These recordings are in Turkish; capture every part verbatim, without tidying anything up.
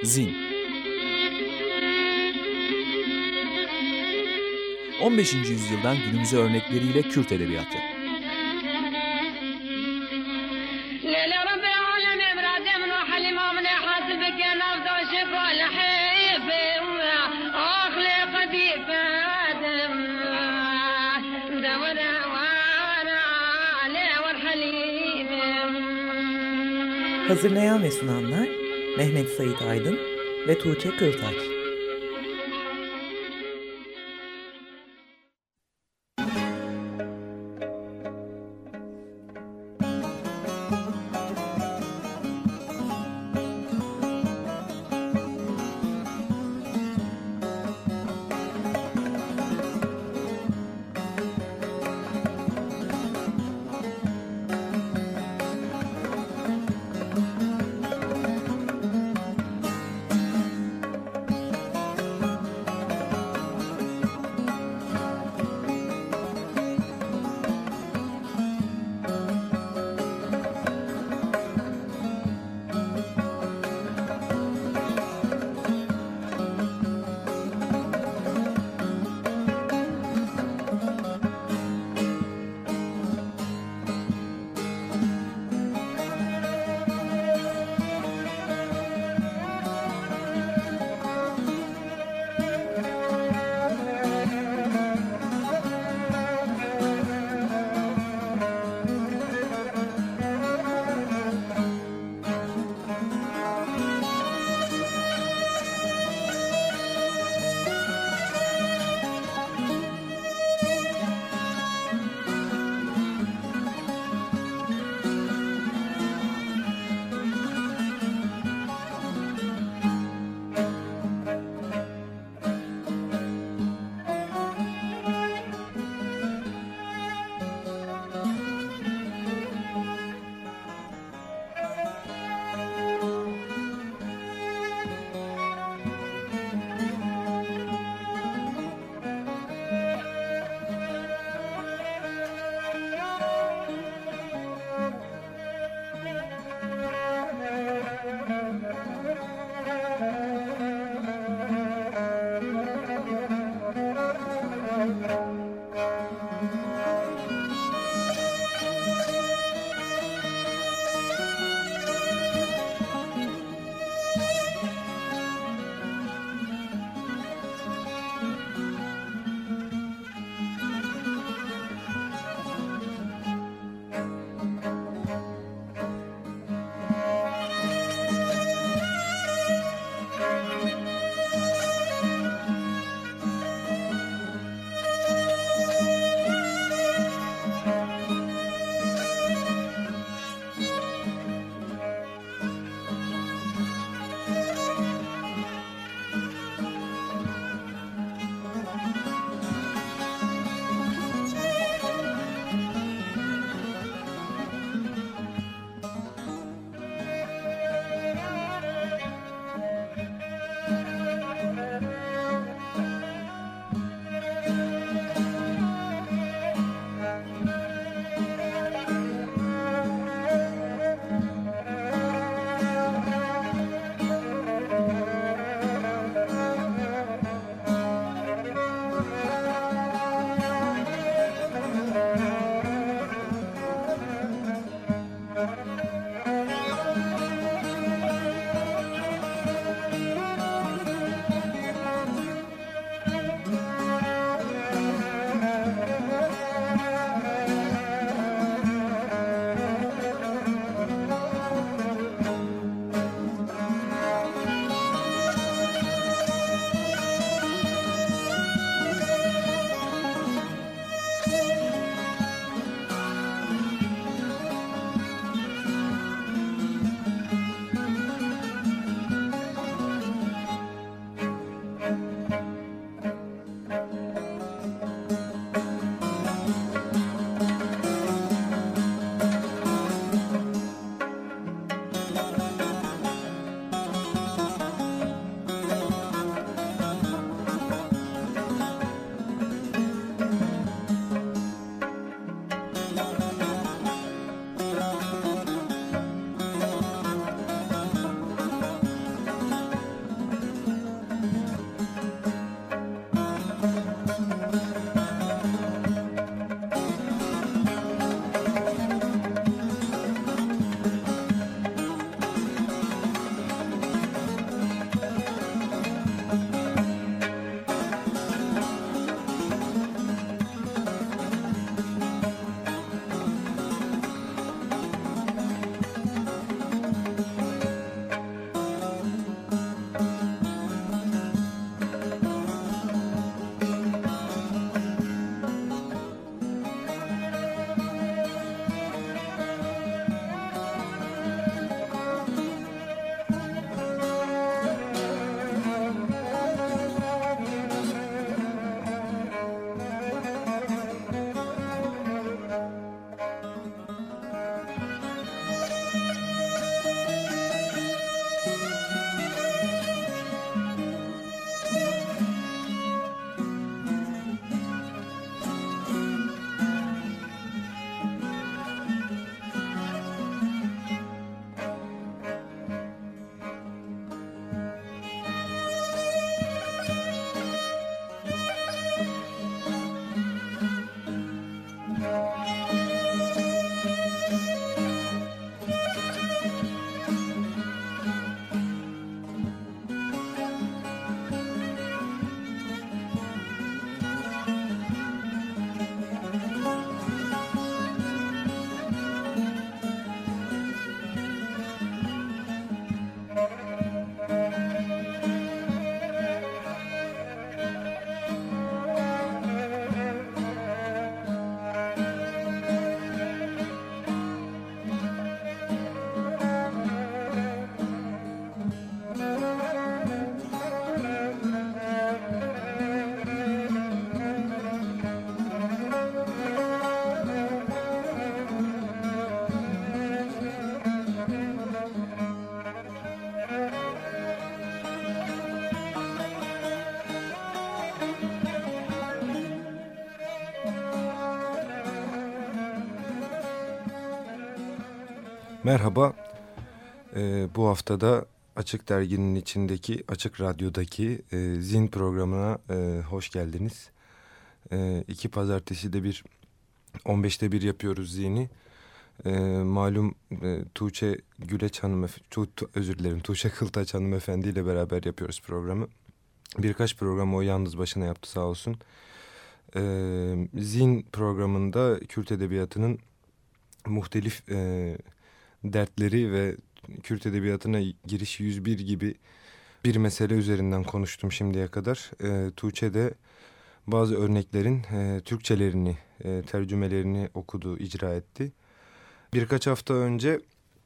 Zin. on beşinci yüzyıldan günümüze örnekleriyle Kürt edebiyatı. Hazırlayan ve sunanlar Mehmet Sait Aydın ve Tuğçe Kırtaç. Merhaba, ee, bu haftada Açık Dergi'nin içindeki, Açık Radyo'daki e, Zin programına e, hoş geldiniz. E, iki pazartesi de bir, on beşte bir yapıyoruz Zin'i. E, malum e, Tuğçe Güleç hanımefendi, tu, tu, özür dilerim Tuğçe Kıltaç hanımefendi ile beraber yapıyoruz programı. Birkaç programı o yalnız başına yaptı sağ olsun. E, Zin programında Kürt Edebiyatı'nın muhtelif e, dertleri ve Kürt Edebiyatı'na giriş yüz bir gibi bir mesele üzerinden konuştum şimdiye kadar. E, Tuğçe de bazı örneklerin e, Türkçelerini, e, tercümelerini okudu, icra etti. Birkaç hafta önce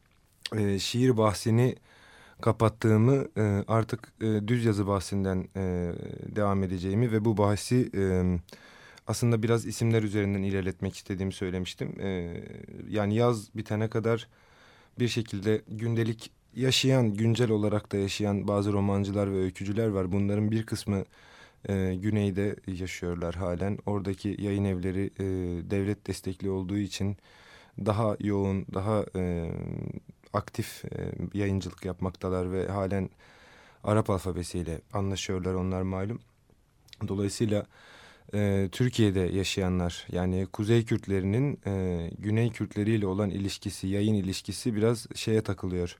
e, şiir bahsini kapattığımı, e, artık e, düz yazı bahsinden e, devam edeceğimi ve bu bahsi e, aslında biraz isimler üzerinden ilerletmek istediğimi söylemiştim. E, yani yaz bitene kadar bir şekilde gündelik yaşayan, güncel olarak da yaşayan bazı romancılar ve öykücüler var. Bunların bir kısmı e, güneyde yaşıyorlar halen. Oradaki yayın evleri e, devlet destekli olduğu için daha yoğun, daha e, aktif e, yayıncılık yapmaktalar ve halen Arap alfabesiyle anlaşıyorlar, onlar malum. Dolayısıyla e, Türkiye'de yaşayanlar, yani Kuzey Kürtlerinin e, Güney Kürtleriyle olan ilişkisi, yayın ilişkisi biraz şeye takılıyor.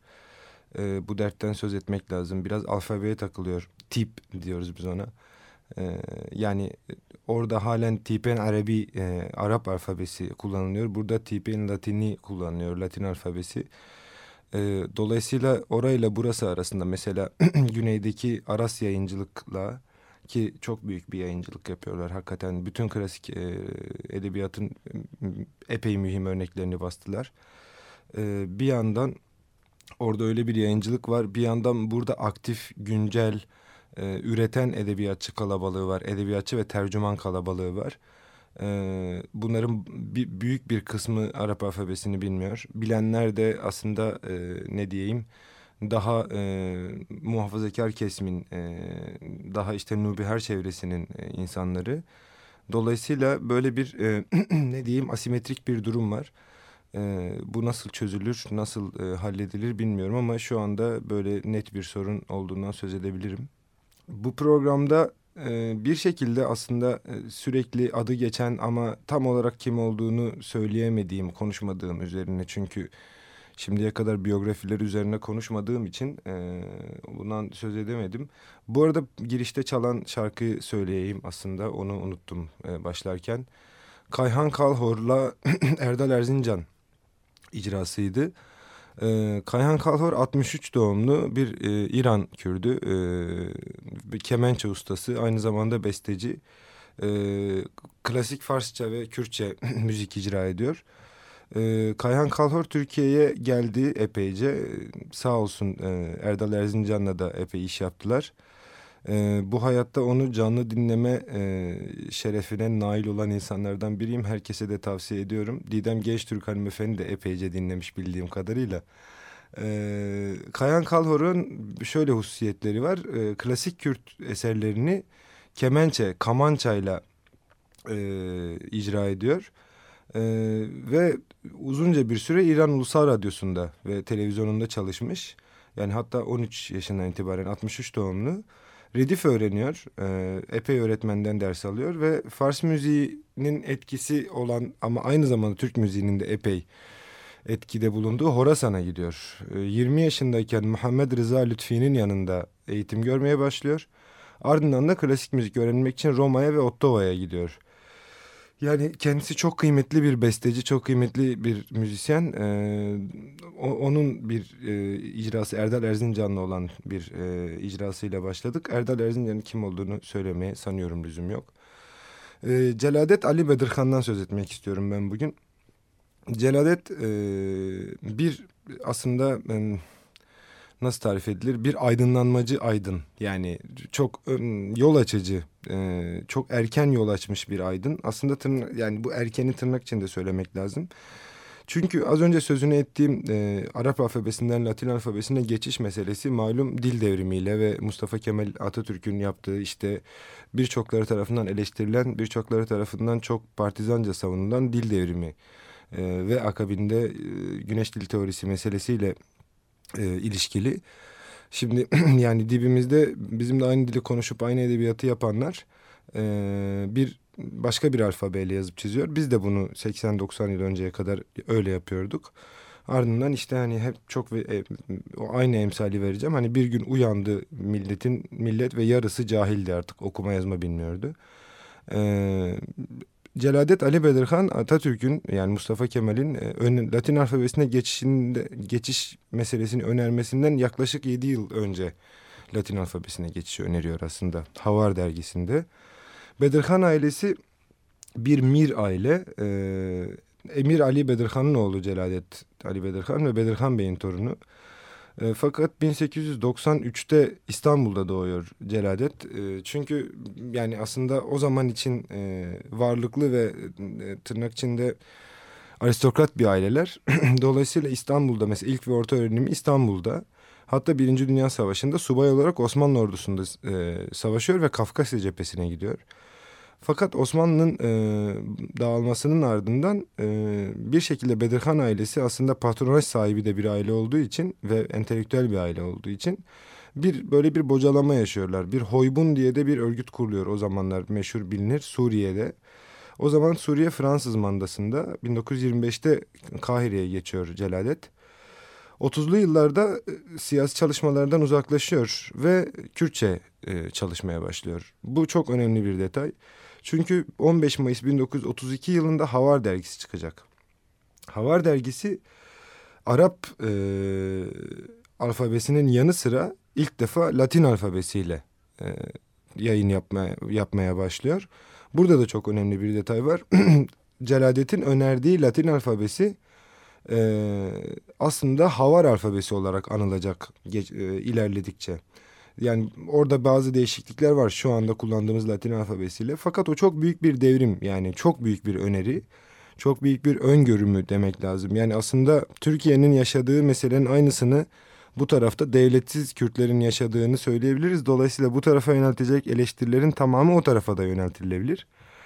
E, bu dertten söz etmek lazım. Biraz alfabeye takılıyor. Tip diyoruz biz ona. E, yani orada halen Tipen Arabi, e, Arap alfabesi kullanılıyor. Burada Tipen Latini kullanılıyor, Latin alfabesi. E, dolayısıyla orayla burası arasında mesela güneydeki Aras yayıncılıkla, ki çok büyük bir yayıncılık yapıyorlar hakikaten. Bütün klasik e, edebiyatın epey mühim örneklerini bastılar. E, bir yandan orada öyle bir yayıncılık var. Bir yandan burada aktif, güncel, e, üreten edebiyatçı kalabalığı var. Edebiyatçı ve tercüman kalabalığı var. E, bunların bir, büyük bir kısmı Arap alfabesini bilmiyor. Bilenler de aslında e, ne diyeyim, daha e, muhafazakar kesimin, e, daha işte Nubiher çevresinin e, insanları. Dolayısıyla böyle bir e, ne diyeyim, asimetrik bir durum var. E, bu nasıl çözülür, nasıl e, halledilir bilmiyorum ama şu anda böyle net bir sorun olduğundan söz edebilirim. Bu programda e, bir şekilde aslında e, sürekli adı geçen ama tam olarak kim olduğunu söyleyemediğim, konuşmadığım üzerine, çünkü şimdiye kadar biyografileri üzerine konuşmadığım için e, bundan söz edemedim. Bu arada girişte çalan şarkıyı söyleyeyim, aslında onu unuttum e, başlarken. Kayhan Kalhor'la Erdal Erzincan icrasıydı. E, Kayhan Kalhor altmış üç doğumlu bir e, İran Kürdü. E, bir kemençe ustası, aynı zamanda besteci. E, klasik Farsça ve Kürtçe müzik icra ediyor. Ee, Kayhan Kalhor Türkiye'ye geldi epeyce. Ee, sağ olsun e, Erdal Erzincan'la da epey iş yaptılar. Ee, bu hayatta onu canlı dinleme e, şerefine nail olan insanlardan biriyim. Herkese de tavsiye ediyorum. Didem Gençtürk hanımefendi de epeyce dinlemiş bildiğim kadarıyla. Ee, Kayhan Kalhor'un şöyle hususiyetleri var. Ee, klasik Kürt eserlerini kemençe, kamançayla e, icra ediyor. Ee, ve uzunca bir süre İran Ulusal Radyosu'nda ve televizyonunda çalışmış. Yani hatta on üç yaşından itibaren, altmış üç doğumlu. Redif öğreniyor. Ee, epey öğretmenden ders alıyor ve Fars müziğinin etkisi olan ama aynı zamanda Türk müziğinin de epey etkide bulunduğu Horasan'a gidiyor. Ee, yirmi yaşındayken Muhammed Rıza Lütfi'nin yanında eğitim görmeye başlıyor. Ardından da klasik müzik öğrenmek için Roma'ya ve Ottova'ya gidiyor. Yani kendisi çok kıymetli bir besteci, çok kıymetli bir müzisyen. Ee, o, onun bir e, icrası, Erdal Erzincan'la olan bir e, icrasıyla başladık. Erdal Erzincan'ın kim olduğunu söylemeye sanıyorum lüzum yok. Ee, Celadet Ali Bedirhan'dan söz etmek istiyorum ben bugün. Celadet e, bir aslında... E, nasıl tarif edilir? Bir aydınlanmacı aydın. Yani çok ım, yol açıcı, e, çok erken yol açmış bir aydın. Aslında tırna, yani bu erkeni tırnak içinde söylemek lazım. Çünkü az önce sözünü ettiğim e, Arap alfabesinden Latin alfabesine geçiş meselesi malum dil devrimiyle ve Mustafa Kemal Atatürk'ün yaptığı, işte birçokları tarafından eleştirilen, birçokları tarafından çok partizanca savunulan dil devrimi e, ve akabinde e, güneş dili teorisi meselesiyle e, ilişkili. Şimdi yani dibimizde bizimle aynı dili konuşup aynı edebiyatı yapanlar e, bir başka bir alfabeyle yazıp çiziyor. Biz de bunu seksen doksan yıl önceye kadar öyle yapıyorduk. Ardından işte hani hep çok ve e, o aynı emsali vereceğim. Hani bir gün uyandı milletin millet ve yarısı cahildi, artık okuma yazma bilmiyordu. Ee, Celadet Ali Bedirhan, Atatürk'ün yani Mustafa Kemal'in e, ön, Latin alfabesine geçişinde geçiş meselesini önermesinden yaklaşık yedi yıl önce Latin alfabesine geçişi öneriyor aslında Havar dergisinde. Bedirhan ailesi bir Mir aile. Ee, Emir Ali Bedirhan'ın oğlu Celadet Ali Bedirhan ve Bedirhan Bey'in torunu. E, fakat bin sekiz yüz doksan üçte İstanbul'da doğuyor Celadet. E, çünkü yani aslında o zaman için e, varlıklı ve e, tırnak içinde aristokrat bir aileler. Dolayısıyla İstanbul'da mesela ilk ve orta öğrenimi İstanbul'da. Hatta Birinci Dünya Savaşı'nda subay olarak Osmanlı ordusunda e, savaşıyor ve Kafkasya cephesine gidiyor. Fakat Osmanlı'nın e, dağılmasının ardından e, bir şekilde Bedirhan ailesi aslında patronaj sahibi de bir aile olduğu için ve entelektüel bir aile olduğu için bir böyle bir bocalama yaşıyorlar. Bir Hoybun diye de bir örgüt kuruluyor, o zamanlar meşhur bilinir, Suriye'de. O zaman Suriye Fransız mandasında, bin dokuz yüz yirmi beşte Kahire'ye geçiyor Celadet. otuzlu yıllarda e, siyasi çalışmalardan uzaklaşıyor ve Kürtçe e, çalışmaya başlıyor. Bu çok önemli bir detay. Çünkü on beş Mayıs bin dokuz yüz otuz iki yılında Havar dergisi çıkacak. Havar dergisi Arap e, alfabesinin yanı sıra ilk defa Latin alfabesiyle e, yayın yapmaya, yapmaya başlıyor. Burada da çok önemli bir detay var. Celadet'in önerdiği Latin alfabesi e, aslında Havar alfabesi olarak anılacak geç, e, ilerledikçe. Yani orada bazı değişiklikler var şu anda kullandığımız Latin alfabesiyle. Fakat o çok büyük bir devrim, yani çok büyük bir öneri, çok büyük bir öngörümü demek lazım. Yani aslında Türkiye'nin yaşadığı meselenin aynısını bu tarafta devletsiz Kürtlerin yaşadığını söyleyebiliriz. Dolayısıyla bu tarafa yöneltecek eleştirilerin tamamı o tarafa da yöneltilebilir.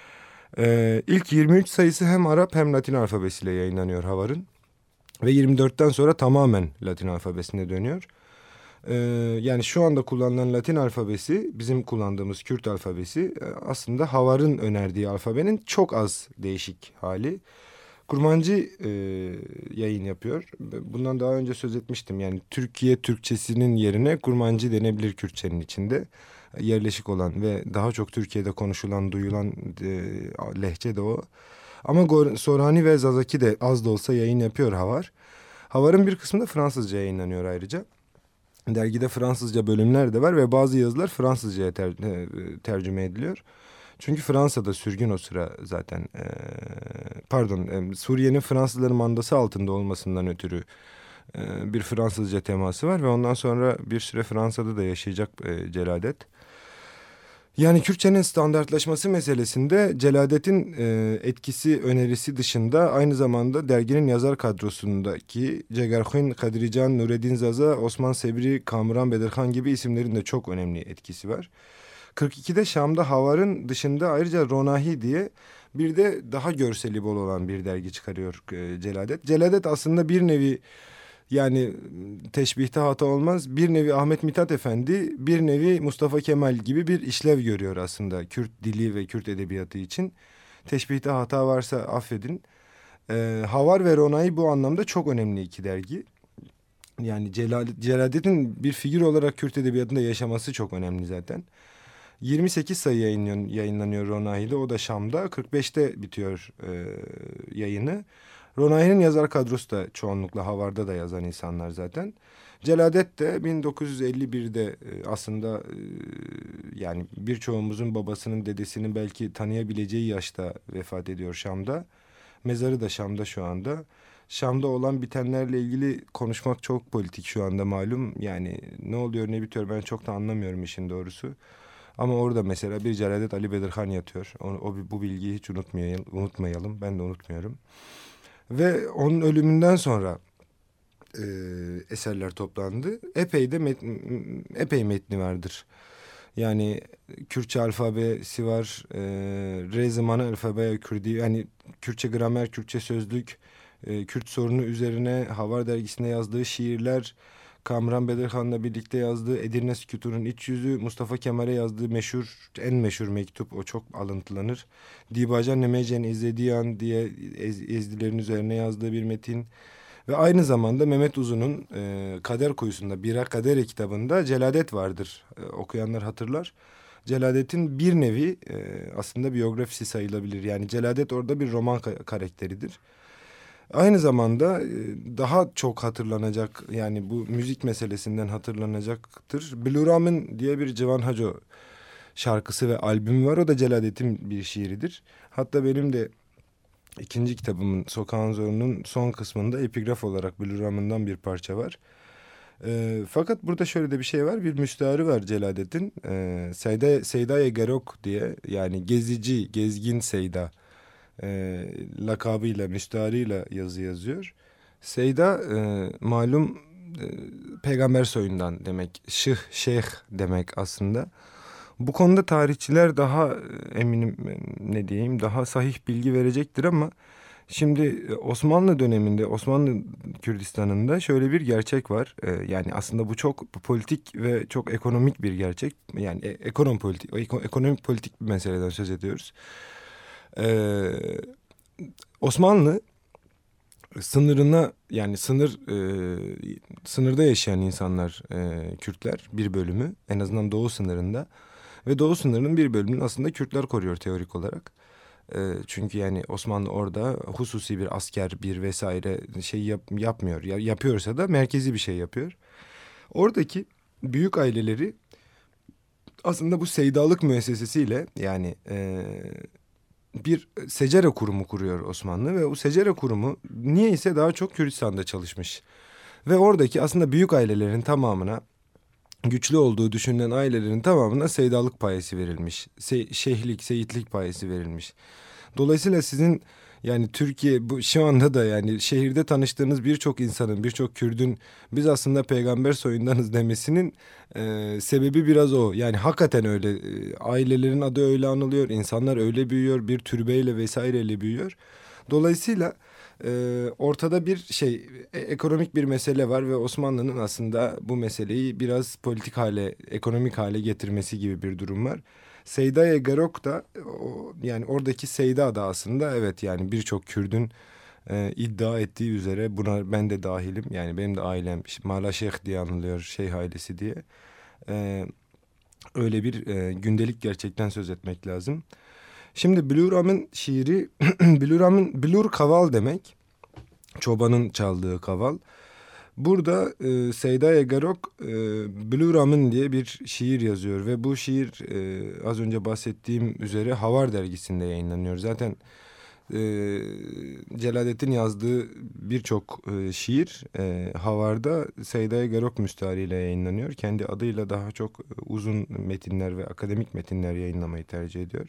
Ee, ilk yirmi üç sayısı hem Arap hem Latin alfabesiyle yayınlanıyor Havar'ın. Ve yirmi dörtten sonra tamamen Latin alfabesine dönüyor. Ee, yani şu anda kullanılan Latin alfabesi, bizim kullandığımız Kürt alfabesi aslında Havar'ın önerdiği alfabenin çok az değişik hali. Kurmancı e, yayın yapıyor. Bundan daha önce söz etmiştim. Yani Türkiye Türkçesinin yerine Kurmancı denebilir Kürtçenin içinde. Yerleşik olan ve daha çok Türkiye'de konuşulan, duyulan e, lehçe de o. Ama Sorhani ve Zazaki de az da olsa yayın yapıyor Havar. Havar'ın bir kısmı da Fransızca yayınlanıyor ayrıca. Dergide Fransızca bölümler de var ve bazı yazılar Fransızca'ya ter, tercüme ediliyor. Çünkü Fransa'da sürgün o sıra zaten. E, pardon, e, Suriye'nin Fransızların mandası altında olmasından ötürü e, bir Fransızca teması var ve ondan sonra bir süre Fransa'da da yaşayacak e, Celadet. Yani Kürtçenin standartlaşması meselesinde Celadet'in e, etkisi, önerisi dışında aynı zamanda derginin yazar kadrosundaki Cegarxin, Kadrican, Nureddin Zaza, Osman Sebri, Kamran Bedirhan gibi isimlerin de çok önemli etkisi var. kırk ikide Şam'da Havar'ın dışında ayrıca Ronahi diye bir de daha görseli bol olan bir dergi çıkarıyor e, Celadet. Celadet aslında bir nevi, yani teşbihte hata olmaz, bir nevi Ahmet Mithat Efendi, bir nevi Mustafa Kemal gibi bir işlev görüyor aslında Kürt dili ve Kürt edebiyatı için. Teşbihte hata varsa affedin. Ee, Havar ve Ronay bu anlamda çok önemli iki dergi. Yani Celadet, Celadet'in bir figür olarak Kürt edebiyatında yaşaması çok önemli zaten. yirmi sekiz sayı yayınlanıyor, yayınlanıyor Ronahi'de, o da Şam'da. kırk beşte bitiyor e, yayını. Ronahi'nin yazar kadrosu da çoğunlukla Havar'da da yazan insanlar zaten. Celadet de bin dokuz yüz elli birde aslında yani birçoğumuzun babasının, dedesinin belki tanıyabileceği yaşta vefat ediyor Şam'da. Mezarı da Şam'da şu anda. Şam'da olan bitenlerle ilgili konuşmak çok politik şu anda malum. Yani ne oluyor ne bitiyor ben çok da anlamıyorum işin doğrusu. Ama orada mesela bir Celadet Ali Bedirhan yatıyor. O, o, bu bilgiyi hiç unutmayalım, unutmayalım. Ben de unutmuyorum. Ve onun ölümünden sonra e, eserler toplandı. Epey de met, epey metni vardır. Yani Kürtçe alfabesi var, e, re zamanı alfabeye Kürdi, yani Kürtçe gramer, Kürtçe sözlük, e, Kürt sorunu üzerine Havar dergisinde yazdığı şiirler, Kamran Bedirhan'la birlikte yazdığı Edirne Sükutu'nun iç yüzü, Mustafa Kemal'e yazdığı meşhur, en meşhur mektup, o çok alıntılanır. Dibacan Nemecen İzlediyan diye ez, ezdilerin üzerine yazdığı bir metin. Ve aynı zamanda Mehmet Uzun'un e, Kader Kuyusu'nda, Bira Kadere kitabında Celadet vardır. E, okuyanlar hatırlar. Celadet'in bir nevi e, aslında biyografisi sayılabilir. Yani Celadet orada bir roman ka- karakteridir. Aynı zamanda e, daha çok hatırlanacak, yani bu müzik meselesinden hatırlanacaktır. Biluramın diye bir Civan Haco şarkısı ve albümü var. O da Celadet'in bir şiiridir. Hatta benim de ikinci kitabımın Sokağın Zoru'nun son kısmında epigraf olarak Biluram'ından bir parça var. E, fakat burada şöyle de bir şey var. Bir müstearı var Celadet'in. E, Seyda, Seyda-i Garok diye, yani gezici, gezgin Seyda e, lakabıyla, müstearıyla yazı yazıyor. Seyda e, malum e, peygamber soyundan demek. Şıh, şeyh demek aslında. Bu konuda tarihçiler daha e, eminim ne diyeyim, daha sahih bilgi verecektir ama şimdi Osmanlı döneminde, Osmanlı Kürdistan'ında şöyle bir gerçek var. Ee, yani aslında bu çok politik ve çok ekonomik bir gerçek. Yani e, ekonom politik, ekonomik politik bir meseleden söz ediyoruz. Ee, Osmanlı sınırına, yani sınır e, sınırda yaşayan insanlar, e, Kürtler bir bölümü, en azından doğu sınırında, ve doğu sınırının bir bölümünü aslında Kürtler koruyor teorik olarak. Çünkü yani Osmanlı orada hususi bir asker, bir vesaire şey yap, yapmıyor. Ya, yapıyorsa da merkezi bir şey yapıyor. Oradaki büyük aileleri aslında bu seydalık müessesesiyle, yani e, bir secere kurumu kuruyor Osmanlı ve o secere kurumu niyeyse daha çok Kürdistan'da çalışmış. Ve oradaki aslında büyük ailelerin tamamına, güçlü olduğu düşünülen ailelerin tamamına seydalık payesi verilmiş. Se şeyhlik, seyitlik payesi verilmiş. Dolayısıyla sizin, yani Türkiye bu şu anda da, yani şehirde tanıştığınız birçok insanın, birçok Kürdün biz aslında peygamber soyundanız demesinin e, sebebi biraz o. Yani hakikaten öyle, e, ailelerin adı öyle anılıyor, insanlar öyle büyüyor, bir türbeyle vesaireyle büyüyor. Dolayısıyla e, ortada bir şey, e, ekonomik bir mesele var ve Osmanlı'nın aslında bu meseleyi biraz politik hale, ekonomik hale getirmesi gibi bir durum var. Seyda-i Garok da o, yani oradaki Seyda da aslında, evet, yani birçok Kürdün e, iddia ettiği üzere, buna ben de dahilim. Yani benim de ailem Mala Şeyh diye anılıyor, Şeyh ailesi diye. E, öyle bir e, gündelik gerçekten söz etmek lazım. Şimdi Biluram'ın şiiri, Biluram'ın, Bilur kaval demek. Çobanın çaldığı kaval. Burada e, Seyda-i Garok e, Biluram'ın diye bir şiir yazıyor ve bu şiir e, az önce bahsettiğim üzere Havar dergisinde yayınlanıyor. Zaten e, Celadet'in yazdığı birçok e, şiir e, Havar'da Seyda-i Garok müstariyle yayınlanıyor. Kendi adıyla daha çok uzun metinler ve akademik metinler yayınlamayı tercih ediyor.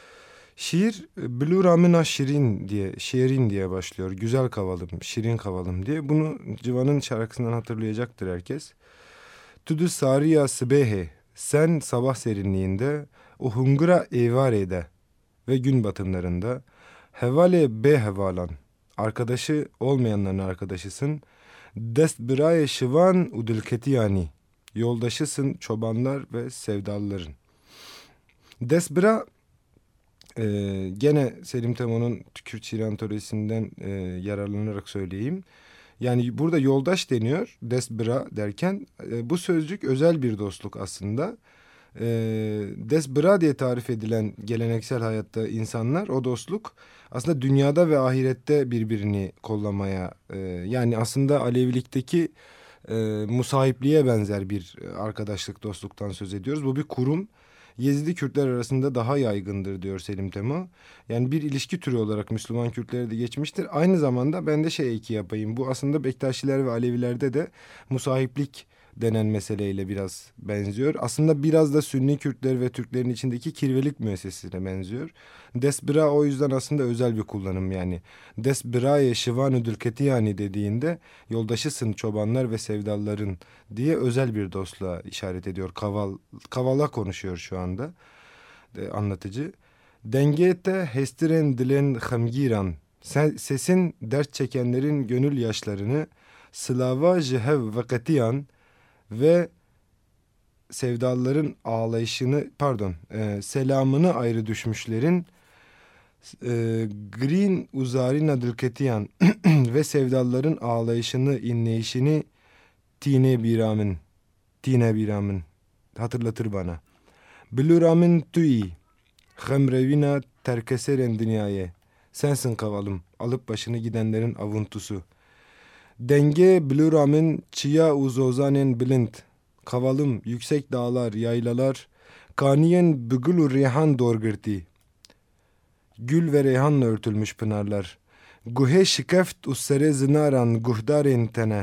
Şiir Biluram'ına şirin diye, şiirin diye başlıyor. Güzel kavalım, şirin kavalım diye. Bunu Civan'ın şarkısından hatırlayacaktır herkes. Tüdü sariya sıbehe, sen sabah serinliğinde, o hungura evarede ve gün batımlarında, hevale be hevalan, arkadaşı olmayanların arkadaşısın, dest biraye şivan udülketiyani, yoldaşısın çobanlar ve sevdalıların. Dest bira, Ee, gene Selim Temo'nun Kürt şiir antolojisinden e, yararlanarak söyleyeyim. Yani burada yoldaş deniyor, desbira derken e, bu sözcük özel bir dostluk aslında. E, desbira diye tarif edilen geleneksel hayatta insanlar, o dostluk aslında dünyada ve ahirette birbirini kollamaya, e, yani aslında Alevilikteki e, musahipliğe benzer bir arkadaşlık, dostluktan söz ediyoruz. Bu bir kurum. Yezidi Kürtler arasında daha yaygındır diyor Selim Temo. Yani bir ilişki türü olarak Müslüman Kürtlere de geçmiştir. Aynı zamanda ben de şey eki yapayım. Bu aslında Bektaşiler ve Alevilerde de musahiplik denen meseleyle biraz benziyor. Aslında biraz da Sünni Kürtler ve Türklerin içindeki kirvelik müessesesine benziyor. Desbira o yüzden aslında özel bir kullanım yani. Desbira'ye şivanü dülketiyani dediğinde yoldaşısın çobanlar ve sevdalların diye özel bir dostluğa işaret ediyor. Kaval, kavala konuşuyor şu anda de, anlatıcı. Dengete hestiren dilen hamgiran. Sesin dert çekenlerin gönül yaşlarını slava jehev vakatiyan ve sevdalıların ağlayışını pardon e, selamını ayrı düşmüşlerin e, green uzarina dülketiyan ve sevdalıların ağlayışını inleyişini tine biramın tine biramın hatırlatır bana. Biluramın tui hamrevina terkeseren dünyaya. Sensin kavalım, alıp başını gidenlerin avuntusu. Denge biluramın çiya uzozanen bilint. Kavalım, yüksek dağlar, yaylalar. Kaniyen bügülü reyhan dorgırti. Gül ve reyhanla örtülmüş pınarlar. Guhe şikeft ussere zinaran guhdaren tene.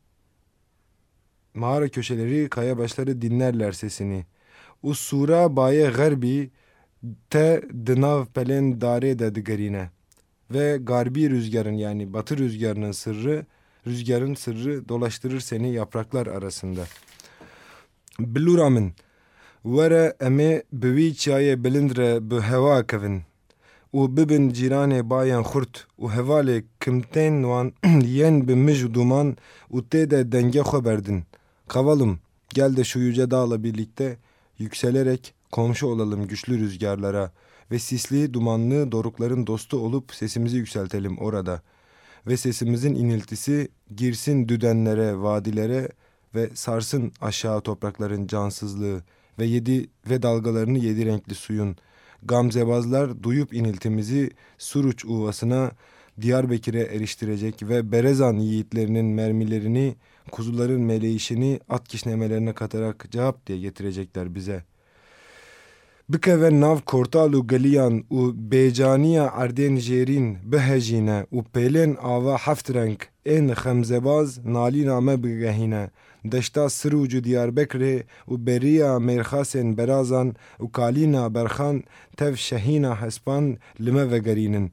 Mağara köşeleri, kaya başları dinlerler sesini. Ussura baye garbi te dınav pelen dare de digerine. Ve garbi rüzgarın yani batı rüzgarının sırrı, rüzgarın sırrı dolaştırır seni yapraklar arasında. Biluramın, vere eme bevi çaye bilindre bu heva kevin. U bibin cirane bayan khurt u hevale kimten wan yen bimij duman u te de denge xoberdin. Kavalım, gel de şu yüce dağla birlikte yükselerek komşu olalım güçlü rüzgarlara ve sisli dumanlı dorukların dostu olup sesimizi yükseltelim orada. Ve sesimizin iniltisi girsin düdenlere, vadilere ve sarsın aşağı toprakların cansızlığı ve yedi ve dalgalarını yedi renkli suyun. Gamzebazlar duyup iniltimizi Suruç Uvası'na, Diyarbakır'a eriştirecek ve Berezan yiğitlerinin mermilerini, kuzuların meleğişini at kişnemelerine katarak cevap diye getirecekler bize. Bike ve nav kortalu geliyan u bejaniya arden jerin behejine u pelen ava haft renk en xemzebaz naliname bigehine. Deşta Sırucu Diyarbakır'e u beriya merhasen berazan u kalina berxan tev şehina hespan lime ve gerinin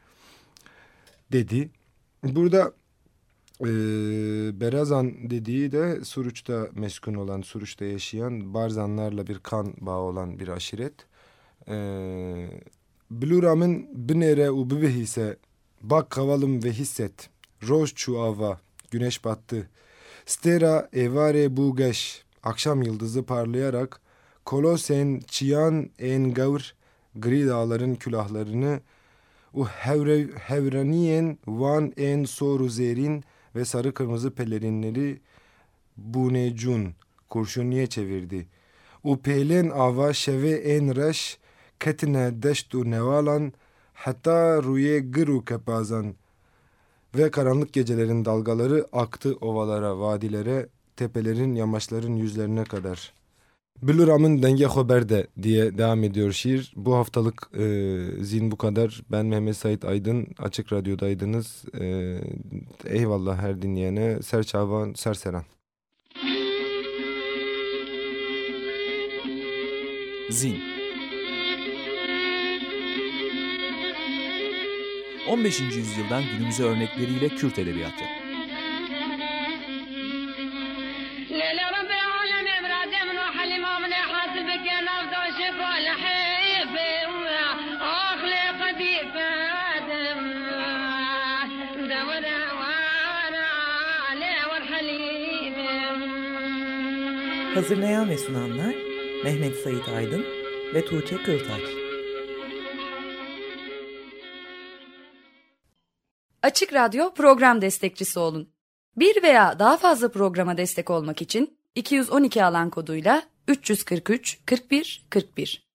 dedi. Burada e, Berazan dediği de Suruç'ta meskun olan, Suruç'ta yaşayan Barzanlarla bir kan bağı olan bir aşiret. E, Biluramın binere u bibihise bak kavalım ve hisset. Roj çuava, güneş battı. Stera evare bugeş, akşam yıldızı parlayarak kolosen çiyan en gavr gri dağların külahlarını u hevre, hevraniyen van en soru zerin ve sarı kırmızı pelerinleri bunecun kurşuniye çevirdi. U pelen ava şeve en reş ketine deştu nevalan hatta ruye gıru kepazan. Ve karanlık gecelerin dalgaları aktı ovalara, vadilere, tepelerin, yamaçların yüzlerine kadar. Biluramın denge haberde diye devam ediyor şiir. Bu haftalık e, zin bu kadar. Ben Mehmet Sait Aydın, Açık Radyo'daydınız. E, eyvallah her dinleyene. Serçavan, Serseran. Zin on beşinci yüzyıldan günümüze örnekleriyle Kürt edebiyatı. Hazırlayan ve sunanlar Mehmet Sait Aydın ve Tuğçe Kırtaç. Açık Radyo program destekçisi olun. Bir veya daha fazla programa destek olmak için iki yüz on iki alan koduyla üç yüz kırk üç kırk bir kırk bir